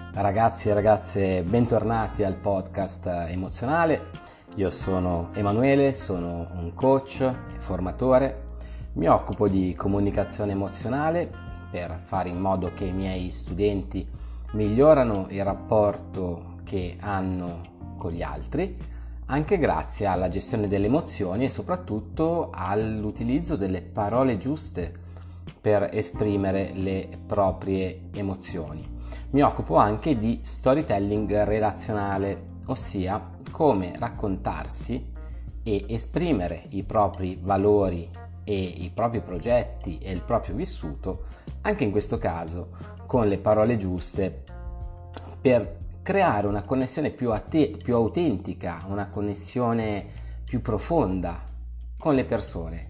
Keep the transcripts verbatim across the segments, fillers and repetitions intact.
Ragazzi e ragazze, bentornati al podcast emozionale. Io sono Emanuele, sono un coach e formatore. Mi occupo di comunicazione emozionale per fare in modo che i miei studenti migliorano il rapporto che hanno con gli altri, anche grazie alla gestione delle emozioni e soprattutto all'utilizzo delle parole giuste per esprimere le proprie emozioni. Mi occupo anche di storytelling relazionale, ossia come raccontarsi e esprimere i propri valori e i propri progetti e il proprio vissuto, anche in questo caso con le parole giuste, per creare una connessione più, ate- più autentica, una connessione più profonda con le persone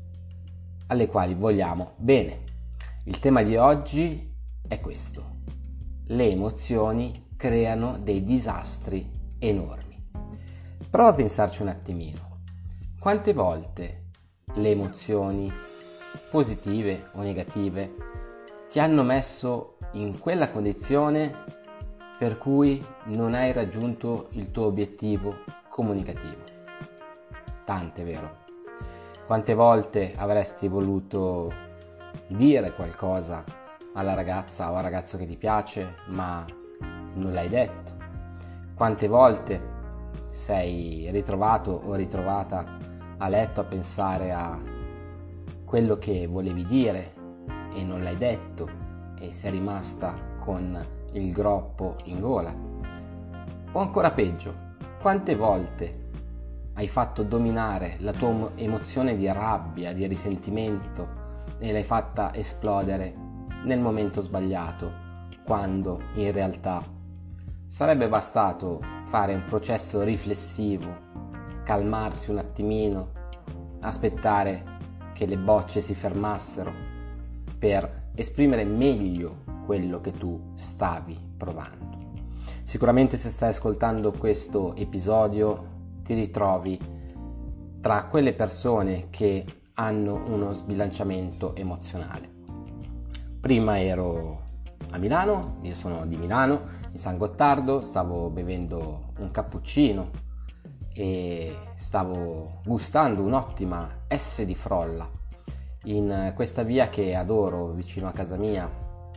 alle quali vogliamo bene. Il tema di oggi è questo: le emozioni creano dei disastri enormi. Prova a pensarci un attimino. Quante volte le emozioni, positive o negative, ti hanno messo in quella condizione per cui non hai raggiunto il tuo obiettivo comunicativo? Tante, vero? Quante volte avresti voluto dire qualcosa alla ragazza o al ragazzo che ti piace, ma non l'hai detto? Quante volte sei ritrovato o ritrovata a letto a pensare a quello che volevi dire e non l'hai detto e sei rimasta con il groppo in gola? O ancora peggio, quante volte hai fatto dominare la tua emozione di rabbia, di risentimento e l'hai fatta esplodere nel momento sbagliato, quando in realtà sarebbe bastato fare un processo riflessivo, calmarsi un attimino, aspettare che le bocce si fermassero per esprimere meglio quello che tu stavi provando. Sicuramente se stai ascoltando questo episodio ti ritrovi tra quelle persone che hanno uno sbilanciamento emozionale. Prima ero a Milano, io sono di Milano, in San Gottardo, stavo bevendo un cappuccino e stavo gustando un'ottima S di frolla in questa via che adoro vicino a casa mia,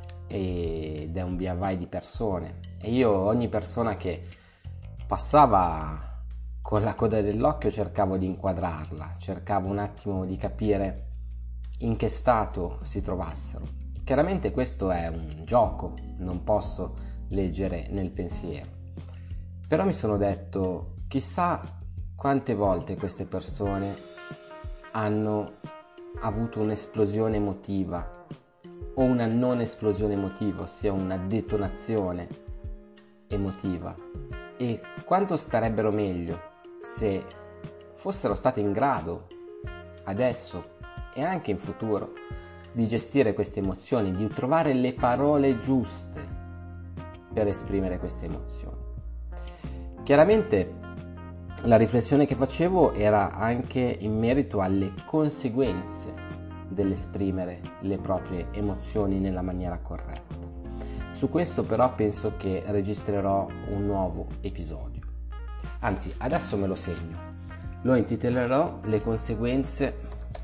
ed è un via vai di persone, e io ogni persona che passava con la coda dell'occhio cercavo di inquadrarla, cercavo un attimo di capire in che stato si trovassero. Chiaramente questo è un gioco, non posso leggere nel pensiero, però mi sono detto: chissà quante volte queste persone hanno avuto un'esplosione emotiva o una non esplosione emotiva, ossia una detonazione emotiva, e quanto starebbero meglio se fossero state in grado adesso e anche in futuro di gestire queste emozioni, di trovare le parole giuste per esprimere queste emozioni. Chiaramente la riflessione che facevo era anche in merito alle conseguenze dell'esprimere le proprie emozioni nella maniera corretta. Su questo però penso che registrerò un nuovo episodio. Anzi, adesso me lo segno. Lo intitolerò Le conseguenze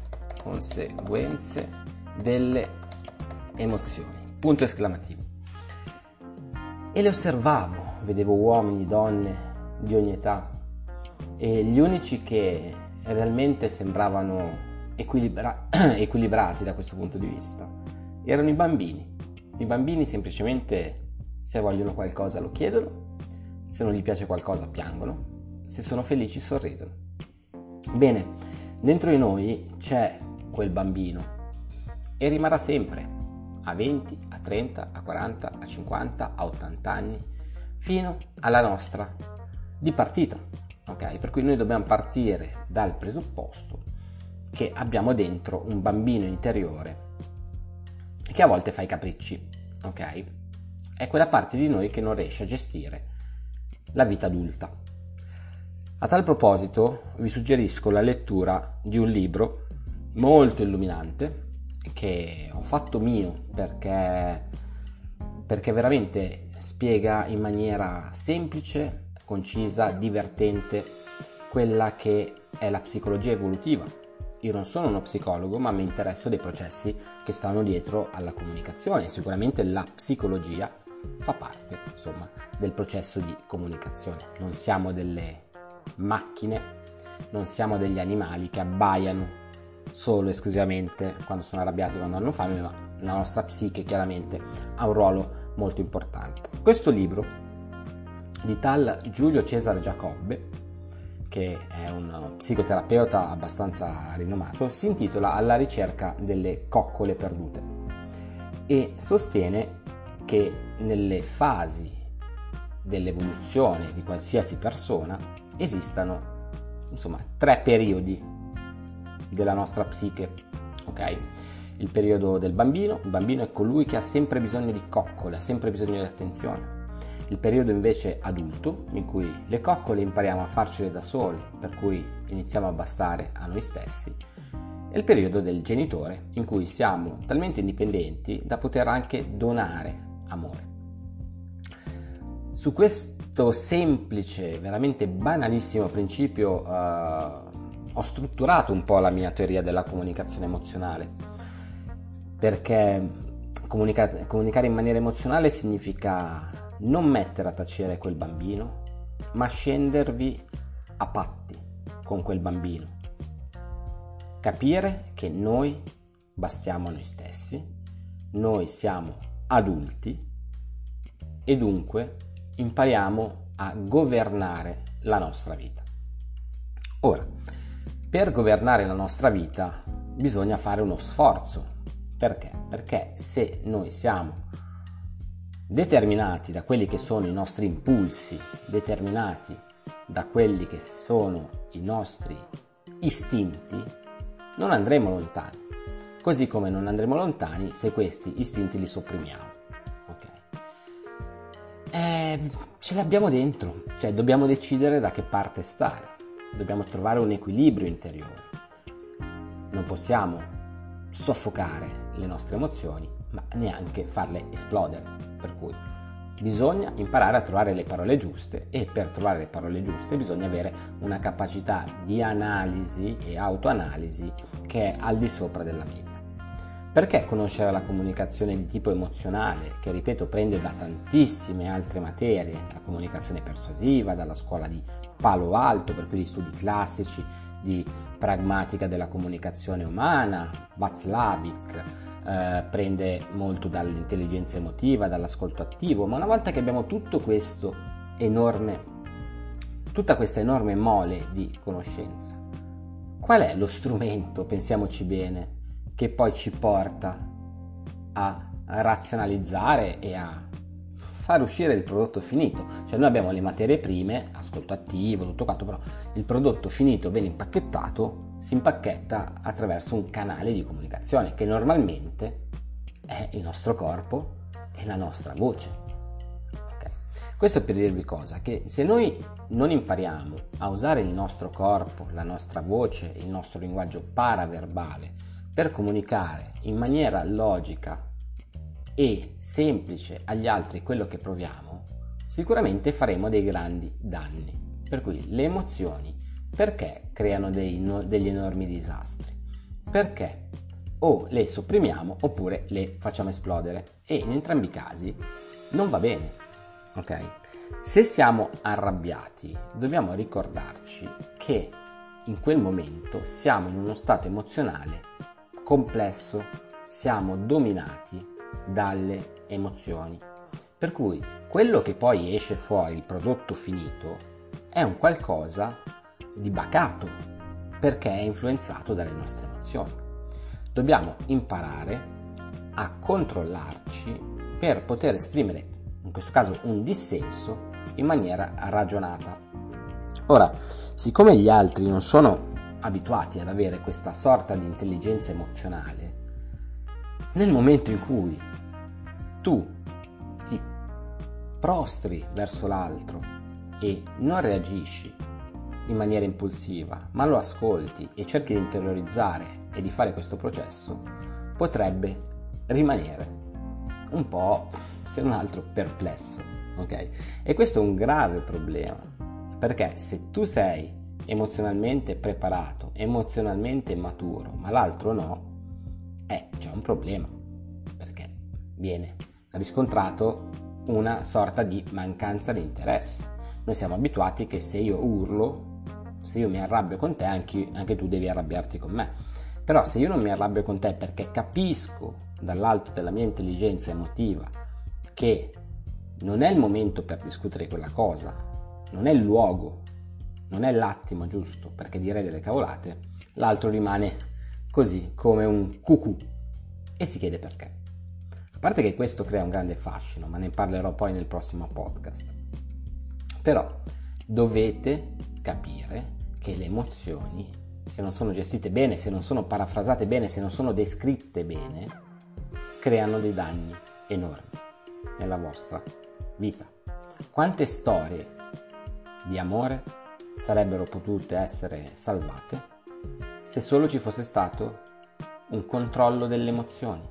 conseguenze delle emozioni. Punto esclamativo. E le osservavo, vedevo uomini, donne di ogni età, e gli unici che realmente sembravano equilibra- equilibrati da questo punto di vista erano i bambini. I bambini semplicemente, se vogliono qualcosa lo chiedono, se non gli piace qualcosa piangono, se sono felici sorridono. Bene, dentro di noi c'è quel bambino e rimarrà sempre a venti, a trenta, a quaranta, a cinquanta, a ottanta anni, fino alla nostra di partita, ok? Per cui noi dobbiamo partire dal presupposto che abbiamo dentro un bambino interiore che a volte fa i capricci, ok? È quella parte di noi che non riesce a gestire la vita adulta. A tal proposito vi suggerisco la lettura di un libro molto illuminante che ho fatto mio perché, perché veramente spiega in maniera semplice, concisa, divertente quella che è la psicologia evolutiva. Io non sono uno psicologo, ma mi interesso dei processi che stanno dietro alla comunicazione. Sicuramente la psicologia fa parte, insomma, del processo di comunicazione. Non siamo delle macchine, non siamo degli animali che abbaiano solo esclusivamente quando sono arrabbiati, quando hanno fame, ma la nostra psiche chiaramente ha un ruolo molto importante. Questo libro di tal Giulio Cesare Giacobbe, che è un psicoterapeuta abbastanza rinomato, si intitola Alla ricerca delle coccole perdute e sostiene che nelle fasi dell'evoluzione di qualsiasi persona esistano, insomma, tre periodi della nostra psiche, ok? Il periodo del bambino. Il bambino è colui che ha sempre bisogno di coccole, ha sempre bisogno di attenzione. Il periodo invece adulto, in cui le coccole impariamo a farcele da soli, per cui iniziamo a bastare a noi stessi. E il periodo del genitore, in cui siamo talmente indipendenti da poter anche donare amore. Su questo semplice, veramente banalissimo principio eh, ho strutturato un po' la mia teoria della comunicazione emozionale, perché comunica- comunicare in maniera emozionale significa non mettere a tacere quel bambino, ma scendervi a patti con quel bambino. Capire che noi bastiamo a noi stessi, noi siamo adulti e dunque impariamo a governare la nostra vita. Ora, per governare la nostra vita bisogna fare uno sforzo. Perché? Perché se noi siamo determinati da quelli che sono i nostri impulsi, determinati da quelli che sono i nostri istinti, non andremo lontani. Così come non andremo lontani se questi istinti li sopprimiamo. Ok? E ce li abbiamo dentro, cioè dobbiamo decidere da che parte stare. Dobbiamo trovare un equilibrio interiore. Non possiamo soffocare le nostre emozioni, ma neanche farle esplodere. Per cui bisogna imparare a trovare le parole giuste e per trovare le parole giuste bisogna avere una capacità di analisi e autoanalisi che è al di sopra della media. Perché conoscere la comunicazione di tipo emozionale, che ripeto prende da tantissime altre materie, la comunicazione persuasiva, dalla scuola di Palo Alto, per cui gli studi classici di pragmatica della comunicazione umana, Václavic, eh, prende molto dall'intelligenza emotiva, dall'ascolto attivo, ma una volta che abbiamo tutto questo enorme, tutta questa enorme mole di conoscenza, qual è lo strumento, pensiamoci bene, che poi ci porta a razionalizzare e a far uscire il prodotto finito? Cioè noi abbiamo le materie prime, ascolto attivo, tutto quanto, però il prodotto finito ben impacchettato si impacchetta attraverso un canale di comunicazione che normalmente è il nostro corpo e la nostra voce. Okay. Questo per dirvi cosa? Che se noi non impariamo a usare il nostro corpo, la nostra voce, il nostro linguaggio paraverbale per comunicare in maniera logica e semplice agli altri quello che proviamo, sicuramente faremo dei grandi danni. Per cui le emozioni perché creano dei, no, degli enormi disastri? Perché o le sopprimiamo oppure le facciamo esplodere e in entrambi i casi non va bene. Ok? Se siamo arrabbiati dobbiamo ricordarci che in quel momento siamo in uno stato emozionale complesso, siamo dominati dalle emozioni, per cui quello che poi esce fuori, il prodotto finito, è un qualcosa di bacato perché è influenzato dalle nostre emozioni. Dobbiamo imparare a controllarci per poter esprimere, in questo caso un dissenso, in maniera ragionata. Ora, siccome gli altri non sono abituati ad avere questa sorta di intelligenza emozionale, nel momento in cui tu ti prostri verso l'altro e non reagisci in maniera impulsiva, ma lo ascolti e cerchi di interiorizzare e di fare questo processo, potrebbe rimanere un po', se non altro, perplesso, ok? E questo è un grave problema, perché se tu sei emozionalmente preparato, emozionalmente maturo, ma l'altro no, eh, c'è un problema, perché viene riscontrato una sorta di mancanza di interesse. Noi siamo abituati che se io urlo, se io mi arrabbio con te, anche, anche tu devi arrabbiarti con me. Però se io non mi arrabbio con te perché capisco dall'alto della mia intelligenza emotiva che non è il momento per discutere quella cosa, non è il luogo, non è l'attimo giusto perché direi delle cavolate, l'altro rimane così come un cucù e si chiede perché. A parte che questo crea un grande fascino, ma ne parlerò poi nel prossimo podcast. Però dovete capire che le emozioni, se non sono gestite bene, se non sono parafrasate bene, se non sono descritte bene, creano dei danni enormi nella vostra vita. Quante storie di amore sarebbero potute essere salvate se solo ci fosse stato un controllo delle emozioni?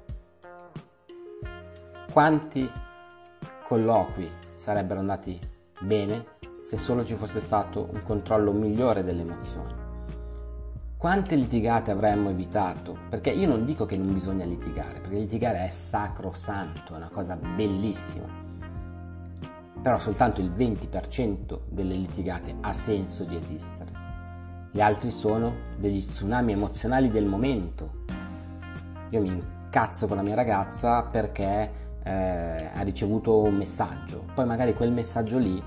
Quanti colloqui sarebbero andati bene se solo ci fosse stato un controllo migliore delle emozioni? Quante litigate avremmo evitato? Perché io non dico che non bisogna litigare, perché litigare è sacrosanto, è una cosa bellissima. Però soltanto il venti per cento delle litigate ha senso di esistere. Gli altri sono degli tsunami emozionali del momento. Io mi incazzo con la mia ragazza perché eh, ha ricevuto un messaggio, poi magari quel messaggio lì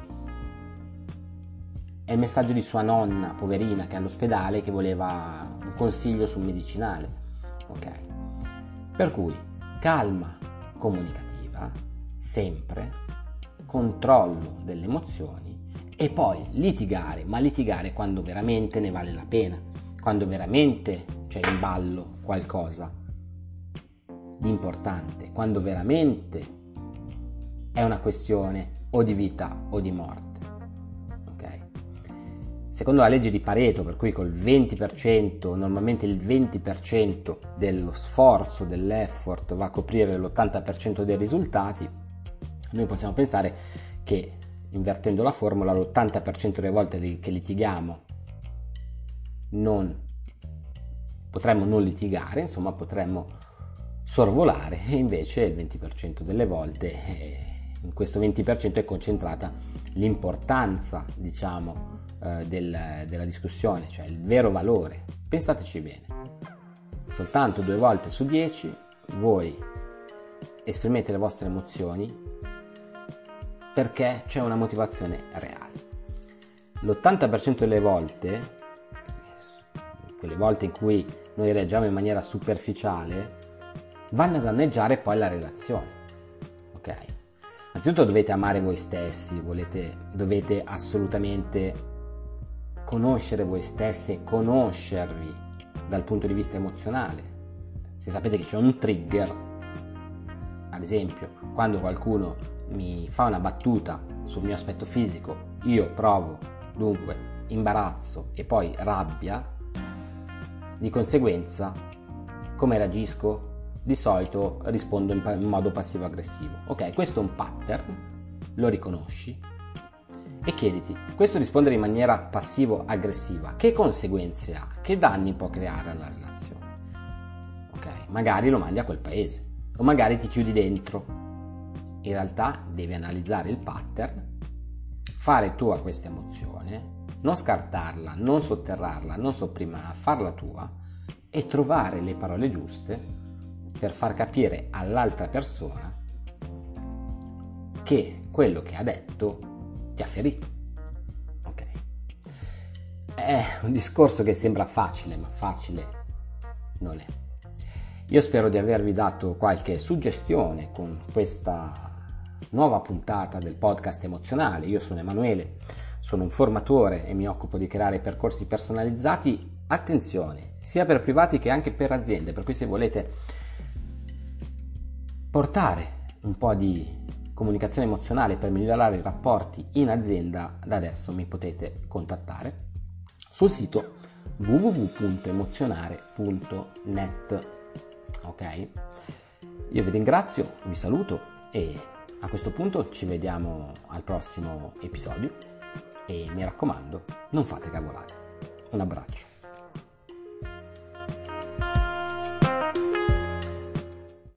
è il messaggio di sua nonna, poverina, che è all'ospedale, che voleva un consiglio sul medicinale, ok? Per cui calma comunicativa, sempre, controllo delle emozioni e poi litigare, ma litigare quando veramente ne vale la pena, quando veramente c'è in ballo qualcosa di importante, quando veramente è una questione o di vita o di morte, ok? Secondo la legge di Pareto, per cui col venti per cento, normalmente il venti per cento dello sforzo, dell'effort va a coprire l'ottanta per cento dei risultati, noi possiamo pensare che invertendo la formula l'ottanta per cento delle volte che litighiamo non potremmo non litigare, insomma potremmo sorvolare, e invece il venti per cento delle volte eh, in questo venti per cento è concentrata l'importanza, diciamo, eh, del, della discussione, cioè il vero valore. Pensateci bene, soltanto due volte su dieci voi esprimete le vostre emozioni perché c'è una motivazione reale. L'ottanta per cento delle volte, quelle volte in cui noi reagiamo in maniera superficiale, vanno a danneggiare poi la relazione, ok? Innanzitutto dovete amare voi stessi, volete, dovete assolutamente conoscere voi stessi e conoscervi dal punto di vista emozionale. Se sapete che c'è un trigger, ad esempio, quando qualcuno mi fa una battuta sul mio aspetto fisico, io provo dunque imbarazzo e poi rabbia, di conseguenza come reagisco? Di solito rispondo in, pa- in modo passivo-aggressivo. Ok, questo è un pattern, lo riconosci e chiediti, questo rispondere in maniera passivo-aggressiva, che conseguenze ha? Che danni può creare alla relazione? Ok, magari lo mandi a quel paese o magari ti chiudi dentro. In realtà devi analizzare il pattern, fare tua questa emozione, non scartarla, non sotterrarla, non sopprimerla, farla tua e trovare le parole giuste per far capire all'altra persona che quello che ha detto ti ha ferito. Ok? È un discorso che sembra facile, ma facile non è. Io spero di avervi dato qualche suggestione con questa nuova puntata del podcast emozionale. Io sono Emanuele, sono un formatore e mi occupo di creare percorsi personalizzati, attenzione, sia per privati che anche per aziende, per cui se volete portare un po' di comunicazione emozionale per migliorare i rapporti in azienda, da adesso mi potete contattare sul sito w w w punto emozionare punto net. Ok? Io vi ringrazio, vi saluto e a questo punto ci vediamo al prossimo episodio e mi raccomando, non fate cavolate. Un abbraccio.